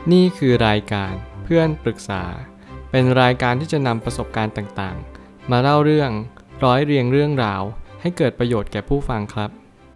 นี่คือรายการเพื่อนปรึกษาเป็นรายการที่จะนำประสบการณ์ต่างๆมาเล่าเรื่องร้อยเรียงเรื่องราวให้เกิดประโยชน์แก่ผู้ฟังครับ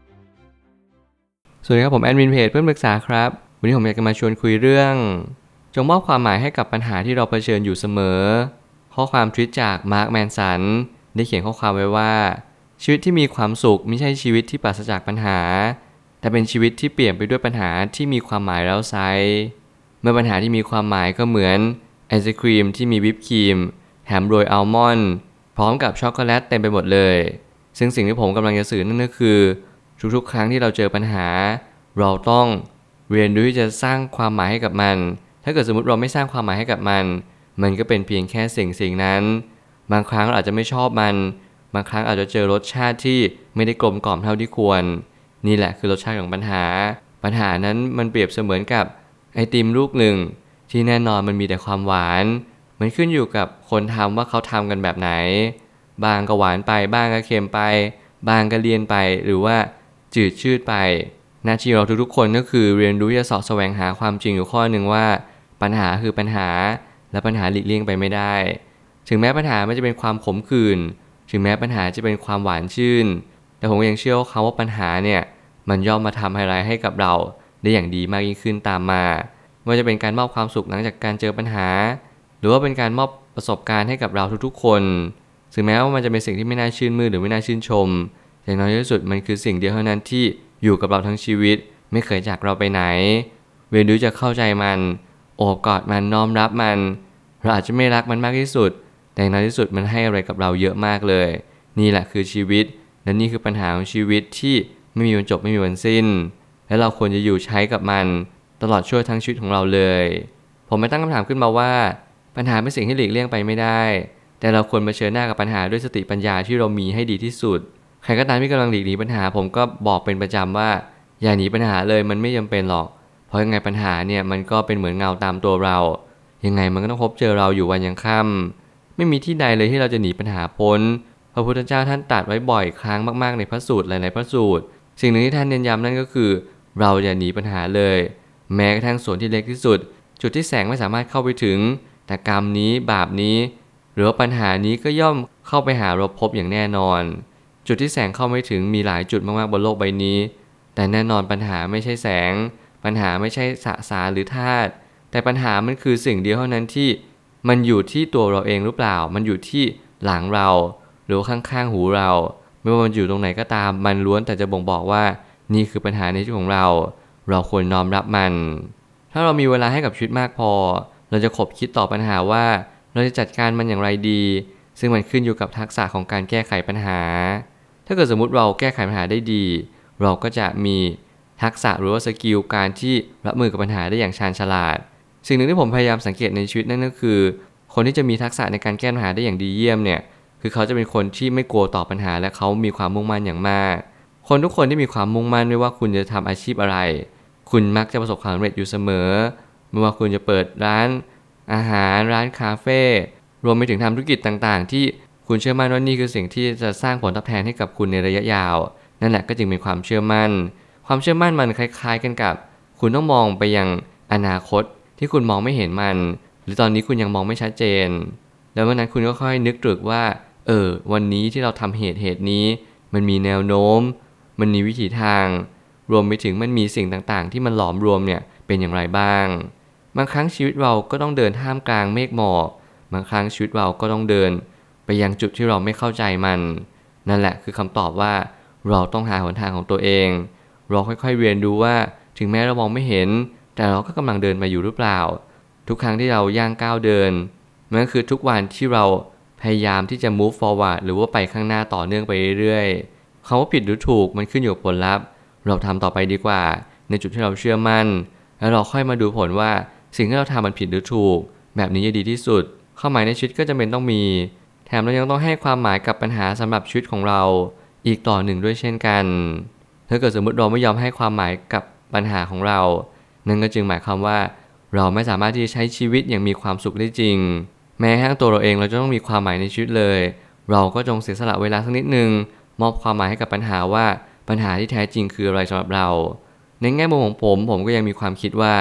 สวัสดีครับผมแอดมินเพจเพื่อนปรึกษาครับวันนี้ผมอยากจะมาชวนคุยเรื่องจงมอบความหมายให้กับปัญหาที่เราเผชิญอยู่เสมอข้อความทวิตจากมาร์คแมนสันได้เขียนข้อความไว้ว่าชีวิตที่มีความสุขไม่ใช่ชีวิตที่ปราศจากปัญหาแต่เป็นชีวิตที่เปลี่ยนไปด้วยปัญหาที่มีความหมายแล้วไซเมื่อปัญหาที่มีความหมายก็เหมือนไอศครีมที่มีวิปครีมแถมโรยอัลมอนด์พร้อมกับช็อกโกแลตเต็มไปหมดเลยซึ่งสิ่งที่ผมกำลังจะสื่อนั่นก็คือทุกๆครั้งที่เราเจอปัญหาเราต้องเรียนรู้ที่จะสร้างความหมายให้กับมันถ้าเกิดสมมติเราไม่สร้างความหมายให้กับมันก็เป็นเพียงแค่สิ่งนั้นบางครั้งเราอาจจะไม่ชอบมันบางครั้งอาจจะเจอรสชาติที่ไม่ได้กลมกล่อมเท่าที่ควรนี่แหละคือรสชาติของปัญหานั้นมันเปรียบเสมือนกับไอติมลูกหนึ่งที่แน่นอนมันมีแต่ความหวานมันขึ้นอยู่กับคนทำว่าเขาทำกันแบบไหนบางก็หวานไปบ้างก็เค็มไปบางก็เลี่ยนไปหรือว่าจืดชืดไปหน้าที่เราทุกๆคนก็คือเรียนรู้ที่จะเสาะแสวงหาความจริงอยู่ข้อหนึ่งว่าปัญหาคือปัญหาและปัญหาหลีกเลี่ยงไปไม่ได้ถึงแม้ปัญหามันจะเป็นความขมขื่นถึงแม้ปัญหาจะเป็นความหวานชื่นแต่ผมยังเชื่อว่าปัญหาเนี่ยมันย่อมมาทำอะไรให้กับเราได้อย่างดีมากยิ่งขึ้นตามมาไม่ว่าจะเป็นการมอบความสุขหลังจากการเจอปัญหาหรือว่าเป็นการมอบประสบการณ์ให้กับเราทุกๆคนถึงแม้ว่ามันจะเป็นสิ่งที่ไม่น่าชื่นมื่นหรือไม่น่าชื่นชมแต่น้อยที่สุดมันคือสิ่งเดียวเท่านั้นที่อยู่กับเราทั้งชีวิตไม่เคยจากเราไปไหนเรียนรู้จะเข้าใจมันโอบกอดมันน้อมรับมันเราอาจจะไม่รักมันมากที่สุดแต่น้อยที่สุดมันให้อะไรกับเราเยอะมากเลยนี่แหละคือชีวิตและนี่คือปัญหาของชีวิตที่ไม่มีวันจบไม่มีวันสิ้นและเราควรจะอยู่ใช้กับมันตลอดช่วงทั้งชีวิตของเราเลยผมไม่ตั้งคำถามขึ้นมาว่าปัญหาเป็นสิ่งที่หลีกเลี่ยงไปไม่ได้แต่เราควรเผชิญหน้ากับปัญหาด้วยสติปัญญาที่เรามีให้ดีที่สุดใครก็ตามที่กำลังหลีกหนีปัญหาผมก็บอกเป็นประจำว่าอย่าหนีปัญหาเลยมันไม่จำเป็นหรอกเพราะยังไงปัญหาเนี่ยมันก็เป็นเหมือนเงาตามตัวเรายังไงมันก็ต้องพบเจอเราอยู่วันยังค่ำไม่มีที่ใดเลยที่เราจะหนีปัญหาพ้นพระพุทธเจ้าท่านตรัสไว้บ่อยครั้งมากๆในพระสูตรหลายๆพระสูตรสิ่งหนึ่งที่ท่านเน้นย้ำนั่นก็คือเราอย่าหนีปัญหาเลยแม้กระทั่งส่วนที่เล็กที่สุดจุดที่แสงไม่สามารถเข้าไปถึงแต่กรรมนี้บาปนี้หรือว่าปัญหานี้ก็ย่อมเข้าไปหาเราพบอย่างแน่นอนจุดที่แสงเข้าไม่ถึงมีหลายจุดมากๆบนโลกใบนี้แต่แน่นอนปัญหาไม่ใช่แสงปัญหาไม่ใช่สสารหรือธาตุแต่ปัญหามันคือสิ่งเดียวเท่านั้นที่มันอยู่ที่ตัวเราเองหรือเปล่ามันอยู่ที่หลังเราหรือข้างๆหูเราไม่ว่ามันอยู่ตรงไหนก็ตามมันล้วนแต่จะบ่งบอกว่านี่คือปัญหาในชีวิตของเราควรน้อมรับมันถ้าเรามีเวลาให้กับชีวิตมากพอเราจะคบคิดต่อปัญหาว่าเราจะจัดการมันอย่างไรดีซึ่งมันขึ้นอยู่กับทักษะของการแก้ไขปัญหาถ้าเกิดสมมุติเราแก้ไขปัญหาได้ดีเราก็จะมีทักษะหรือว่าสกิลการที่รับมือกับปัญหาได้อย่างชาญฉลาดสิ่งหนึ่งที่ผมพยายามสังเกตในชีวิตนั่นก็คือคนที่จะมีทักษะในการแก้ปัญหาได้อย่างดีเยี่ยมเนี่ยคือเขาจะเป็นคนที่ไม่กลัวต่อปัญหาและเขามีความมุ่งมั่นอย่างมากคนทุกคนที่มีความมุ่งมั่นไม่ว่าคุณจะทำอาชีพอะไรคุณมักจะประสบความสำเร็จอยู่เสมอไม่ว่าคุณจะเปิดร้านอาหารร้านคาเฟ่รวมไปถึงทำธุรกิจต่างๆที่คุณเชื่อมั่นว่านี่คือสิ่งที่จะสร้างผลตอบแทนให้กับคุณในระยะยาวนั่นแหละก็จึงเป็นความเชื่อมั่นมันคล้ายๆกันกับคุณต้องมองไปยังอนาคตที่คุณมองไม่เห็นมันหรือตอนนี้คุณยังมองไม่ชัดเจนแล้วเมื่อนั้นคุณก็ค่อยนึกตรึกว่าวันนี้ที่เราทำเหตุนี้มันมีแนวโน้มมันมีวิถีทางรวมไปถึงมันมีสิ่งต่างๆที่มันหลอมรวมเนี่ยเป็นอย่างไรบ้างบางครั้งชีวิตเราก็ต้องเดินท่ามกลางเมฆหมอกบางครั้งชีวิตเราก็ต้องเดินไปยังจุดที่เราไม่เข้าใจมันนั่นแหละคือคำตอบว่าเราต้องหาหนทางของตัวเองเราค่อยๆเรียนรู้ว่าถึงแม้เรามองไม่เห็นแต่เราก็กำลังเดินมาอยู่หรือเปล่าทุกครั้งที่เราย่างก้าวเดินมันก็คือทุกวันที่เราพยายามที่จะ move forward หรือว่าไปข้างหน้าต่อเนื่องไปเรื่อยๆคำว่าผิดหรือถูกมันขึ้นอยู่กับผลลัพธ์เราทำต่อไปดีกว่าในจุดที่เราเชื่อมั่นแล้วเราค่อยมาดูผลว่าสิ่งที่เราทำมันผิดหรือถูกแบบนี้จะดีที่สุดความหมายในชีวิตก็จำเป็นต้องมีแถมเรายังต้องให้ความหมายกับปัญหาสำหรับชีวิตของเราอีกต่อหนึ่งด้วยเช่นกันถ้าเกิดสมมติเราไม่ยอมให้ความหมายกับปัญหาของเรานั่นก็จึงหมายความว่าเราไม่สามารถที่จะใช้ชีวิตอย่างมีความสุขได้จริงแม้กระทั่งตัวเราเองเราจะต้องมีความหมายในชีวิตเลยเราก็จงเสียสละเวลาสักนิดนึงมอบความหมายให้กับปัญหาว่าปัญหาที่แท้จริงคืออะไรสำหรับเราในแง่มุมของผมก็ยังมีความคิดว่า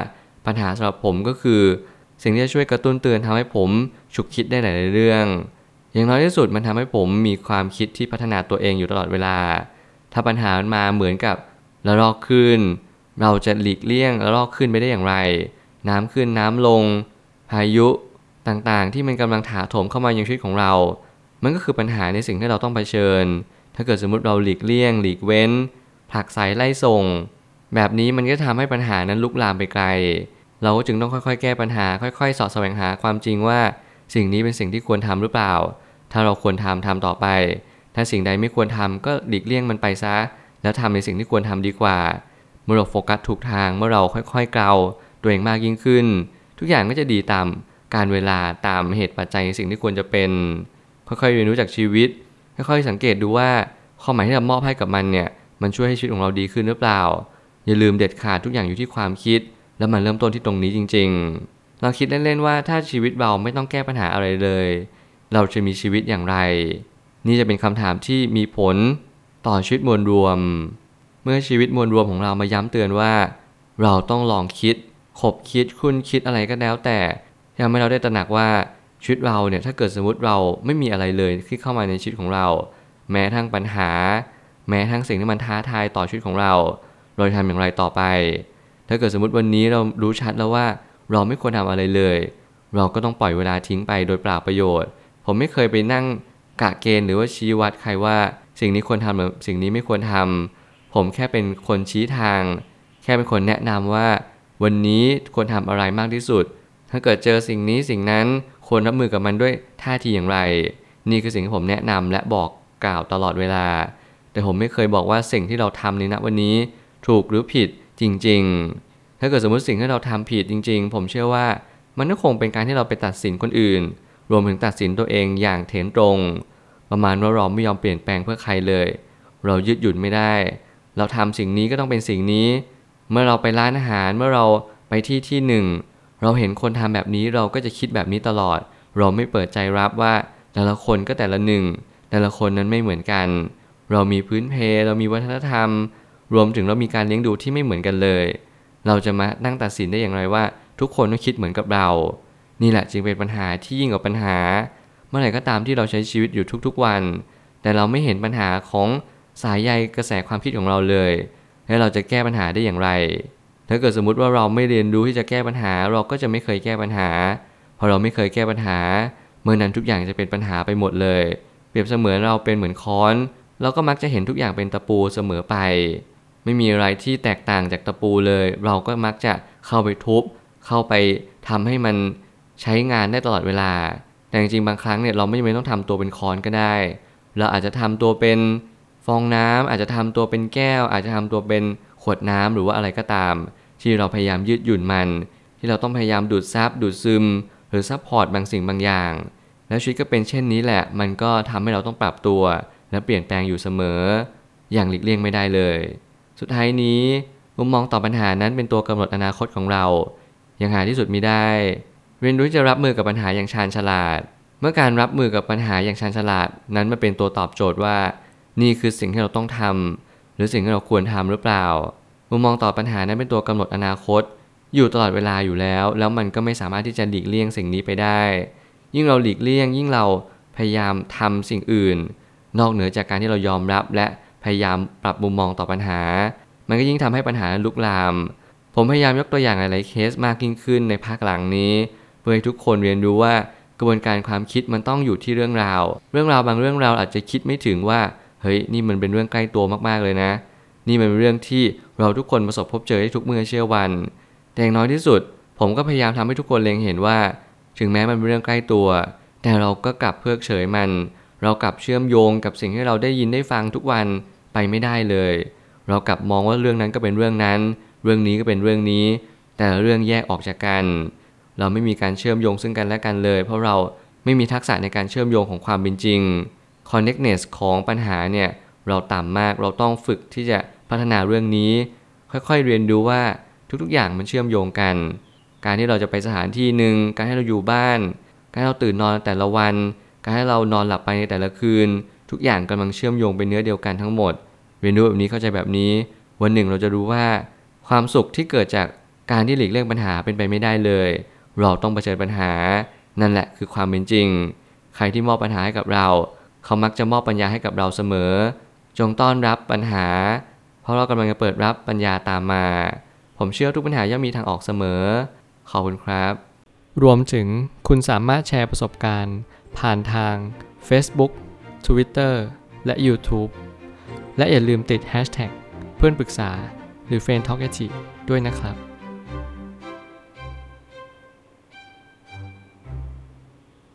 ปัญหาสำหรับผมก็คือสิ่งที่จะช่วยกระตุ้นเตือนทำให้ผมฉุกคิดได้หลายๆเรื่องอย่างน้อยที่สุดมันทำให้ผมมีความคิดที่พัฒนาตัวเองอยู่ตลอดเวลาถ้าปัญหามันมาเหมือนกับระลอกคลื่นเราจะหลีกเลี่ยงระลอกคลื่นไปได้อย่างไรน้ำขึ้นน้ำลงพายุต่างๆที่มันกำลังถาโถมเข้ามายังชีวิตของเรามันก็คือปัญหาในสิ่งที่เราต้องเผชิญถ้าเกิดสมมุติเราหลีกเลี่ยงหลีกเว้นผลักไสไล่ส่งแบบนี้มันก็ทำให้ปัญหานั้นลุกลามไปไกลเราก็จึงต้องค่อยๆแก้ปัญหาค่อยๆเสาะแสวงหาความจริงว่าสิ่งนี้เป็นสิ่งที่ควรทำหรือเปล่าถ้าเราควรทำต่อไปถ้าสิ่งใดไม่ควรทำก็หลีกเลี่ยงมันไปซะแล้วทำในสิ่งที่ควรทำดีกว่าเมื่อเราโฟกัสถูกทางเมื่อเราค่อยๆเกลาตัวเองมากยิ่งขึ้นทุกอย่างก็จะดีตามการเวลาตามเหตุปัจจัยในสิ่งที่ควรจะเป็นค่อยๆเรียนรู้จากชีวิตค่อยๆสังเกตดูว่าความหมายที่เรามอบให้กับมันเนี่ยมันช่วยให้ชีวิตของเราดีขึ้นหรือเปล่าอย่าลืมเด็ดขาดทุกอย่างอยู่ที่ความคิดแล้วมันเริ่มต้นที่ตรงนี้จริงๆเราคิดเล่นๆว่าถ้าชีวิตเราไม่ต้องแก้ปัญหาอะไรเลยเราจะมีชีวิตอย่างไรนี่จะเป็นคำถามที่มีผลต่อชีวิตมวลรวมเมื่อชีวิตมวลรวมของเรามาย้ำเตือนว่าเราต้องลองคิดคบคิดคุ้นคิดอะไรก็แล้วแต่ทำให้เราได้ตระหนักว่าชีวิตเราเนี่ยถ้าเกิดสมมติเราไม่มีอะไรเลยที่เข้ามาในชีวิตของเราแม้ทั้งปัญหาแม้ทั้งสิ่งที่มันท้าทายต่อชีวิตของเราจะทำอย่างไรต่อไปถ้าเกิดสมมติวันนี้เรารู้ชัดแล้วว่าเราไม่ควรทำอะไรเลยเราก็ต้องปล่อยเวลาทิ้งไปโดยเปล่าประโยชน์ผมไม่เคยไปนั่งกะเกณฑ์หรือว่าชี้วัดใครว่าสิ่งนี้ควรทำหรือสิ่งนี้ไม่ควรทำผมแค่เป็นคนชี้ทางแค่เป็นคนแนะนำว่าวันนี้ควรทำอะไรมากที่สุดถ้าเกิดเจอสิ่งนี้สิ่งนั้นควรรับมือกับมันด้วยท่าทีอย่างไรนี่คือสิ่งที่ผมแนะนำและบอกกล่าวตลอดเวลาแต่ผมไม่เคยบอกว่าสิ่งที่เราทำในณวันนี้ถูกหรือผิดจริงๆถ้าเกิดสมมติสิ่งที่เราทำผิดจริงๆผมเชื่อว่ามันก็คงเป็นการที่เราไปตัดสินคนอื่นรวมถึงตัดสินตัวเองอย่างเถนตรงประมาณว่าเราไม่ยอมเปลี่ยนแปลงเพื่อใครเลยเรายืดหยุ่นไม่ได้เราทำสิ่งนี้ก็ต้องเป็นสิ่งนี้เมื่อเราไปร้านอาหารเมื่อเราไปที่หนึ่งเราเห็นคนทำแบบนี้เราก็จะคิดแบบนี้ตลอดเราไม่เปิดใจรับว่าแต่ละคนก็แต่ละหนึ่งแต่ละคนนั้นไม่เหมือนกันเรามีพื้นเพเรามีวัฒนธรรมรวมถึงเรามีการเลี้ยงดูที่ไม่เหมือนกันเลยเราจะมานั่งตัดสินได้อย่างไรว่าทุกคนต้องคิดเหมือนกับเรานี่แหละจึงเป็นปัญหาที่ยิ่งกว่าปัญหาเมื่อไหร่ก็ตามที่เราใช้ชีวิตอยู่ทุกๆวันแต่เราไม่เห็นปัญหาของสายใยกระแสความคิดของเราเลยแล้วเราจะแก้ปัญหาได้อย่างไรถ้าเกิดสมมุติว่าเราไม่เรียนรู้ที่จะแก้ปัญหาเราก็จะไม่เคยแก้ปัญหาพอเราไม่เคยแก้ปัญหาเมื่อนั้นทุกอย่างจะเป็นปัญหาไปหมดเลยเปรียบเสมือนเราเป็นเหมือนค้อนเราก็มักจะเห็นทุกอย่างเป็นตะปูเสมอไปไม่มีอะไรที่แตกต่างจากตะปูเลยเราก็มักจะเข้าไปทุบเข้าไปทำให้มันใช้งานได้ตลอดเวลาแต่จริงๆบางครั้งเนี่ยเราไม่จำเป็นต้องทำตัวเป็นค้อนก็ได้เราอาจจะทำตัวเป็นฟองน้ำอาจจะทำตัวเป็นแก้วอาจจะทำตัวเป็นขวดน้ำหรือว่าอะไรก็ตามที่เราพยายามยืดหยุ่นมันที่เราต้องพยายามดูดซับดูดซึมหรือซัพพอร์ตบางสิ่งบางอย่างแล้วชีวิตก็เป็นเช่นนี้แหละมันก็ทำให้เราต้องปรับตัวและเปลี่ยนแปลงอยู่เสมออย่างหลีกเลี่ยงไม่ได้เลยสุดท้ายนี้มุมมองต่อปัญหานั้นเป็นตัวกำหนดอนาคตของเรายังหาที่สุดมิได้เรียนรู้จะรับมือกับปัญหาอย่างชาญฉลาดเมื่อการรับมือกับปัญหาอย่างชาญฉลาดนั้นมาเป็นตัวตอบโจทย์ว่านี่คือสิ่งที่เราต้องทำหรือสิ่งที่เราควรทำหรือเปล่ามุมมองต่อปัญหานั้นเป็นตัวกำหนดอนาคตอยู่ตลอดเวลาอยู่แล้วมันก็ไม่สามารถที่จะหลีกเลี่ยงสิ่งนี้ไปได้ยิ่งเราหลีกเลี่ยงยิ่งเราพยายามทำสิ่งอื่นนอกเหนือจากการที่เรายอมรับและพยายามปรับมุมมองต่อปัญหามันก็ยิ่งทำให้ปัญหาลุกลามผมพยายามยกตัวอย่างหลายๆเคสมากยิ่งขึ้นในภาคหลังนี้เพื่อให้ทุกคนเรียนรู้ว่ากระบวนการความคิดมันต้องอยู่ที่เรื่องราวบางเรื่องราวอาจจะคิดไม่ถึงว่าเฮ้ยนี่มันเป็นเรื่องใกล้ตัวมากๆเลยนะนี่มันเป็นเรื่องที่เราทุกคนประสบพบเจอได้ทุกเมื่อเชื่อวันแต่อย่างน้อยที่สุดผมก็พยายามทำให้ทุกคนเล็งเห็นว่าถึงแม้มันเป็นเรื่องใกล้ตัวแต่เราก็กลับเพิกเฉยมันเรากลับเชื่อมโยงกับสิ่งที่เราได้ยินได้ฟังทุกวันไปไม่ได้เลยเรากลับมองว่าเรื่องนั้นก็เป็นเรื่องนั้นเรื่องนี้ก็เป็นเรื่องนี้แต่เรื่องแยกออกจากกันเราไม่มีการเชื่อมโยงซึ่งกันและกันเลยเพราะเราไม่มีทักษะในการเชื่อมโยงของความเป็นจริง connectedness ของปัญหาเนี่ยเราต่ำมากเราต้องฝึกที่จะพัฒนาเรื่องนี้ค่อยๆเรียนรู้ว่าทุกๆอย่างมันเชื่อมโยงกันการที่เราจะไปสถานที่หนึ่งการให้เราอยู่บ้านการให้เราตื่นนอนแต่ละวันการให้เรานอนหลับไปในแต่ละคืนทุกอย่างกำลังเชื่อมโยงเป็นเนื้อเดียวกันทั้งหมดเรียนรู้แบบนี้เข้าใจแบบนี้วันหนึ่งเราจะรู้ว่าความสุขที่เกิดจากการที่หลีกเลี่ยงปัญหาเป็นไปไม่ได้เลยเราต้องเผชิญปัญหานั่นแหละคือความเป็นจริงใครที่มอบปัญหาให้กับเราเขามักจะมอบปัญญาให้กับเราเสมอจงต้อนรับปัญหาเพราะเรากำลังจะเปิดรับปัญญาตามมาผมเชื่อทุกปัญหาย่อมมีทางออกเสมอขอบคุณครับรวมถึงคุณสามารถแชร์ประสบการณ์ผ่านทาง Facebook Twitter และ YouTube และอย่าลืมติด Hashtag เพื่อนปรึกษาหรือ f r ร e n d Talk ด้วยนะครับ